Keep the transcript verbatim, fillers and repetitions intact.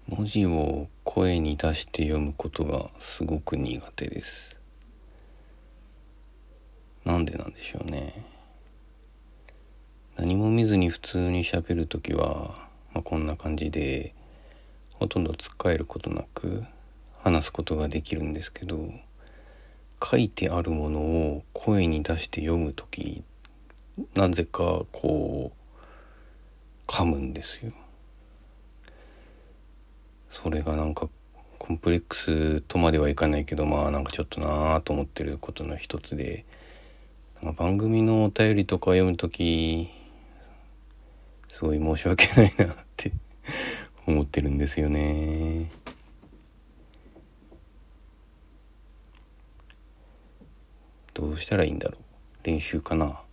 文字を声に出して読むことがすごく苦手です。なんでなんでしょうね。何も見ずに普通に喋るときは、まあ、こんな感じでほとんどつっかえることなく話すことができるんですけど、書いてあるものを声に出して読むとき、なぜかこう噛むんですよ。それがなんかコンプレックスとまではいかないけど、まあなんかちょっとなぁと思ってることの一つで、番組のお便りとか読むときすごい申し訳ないなって思ってるんですよね。どうしたらいいんだろう。練習かな。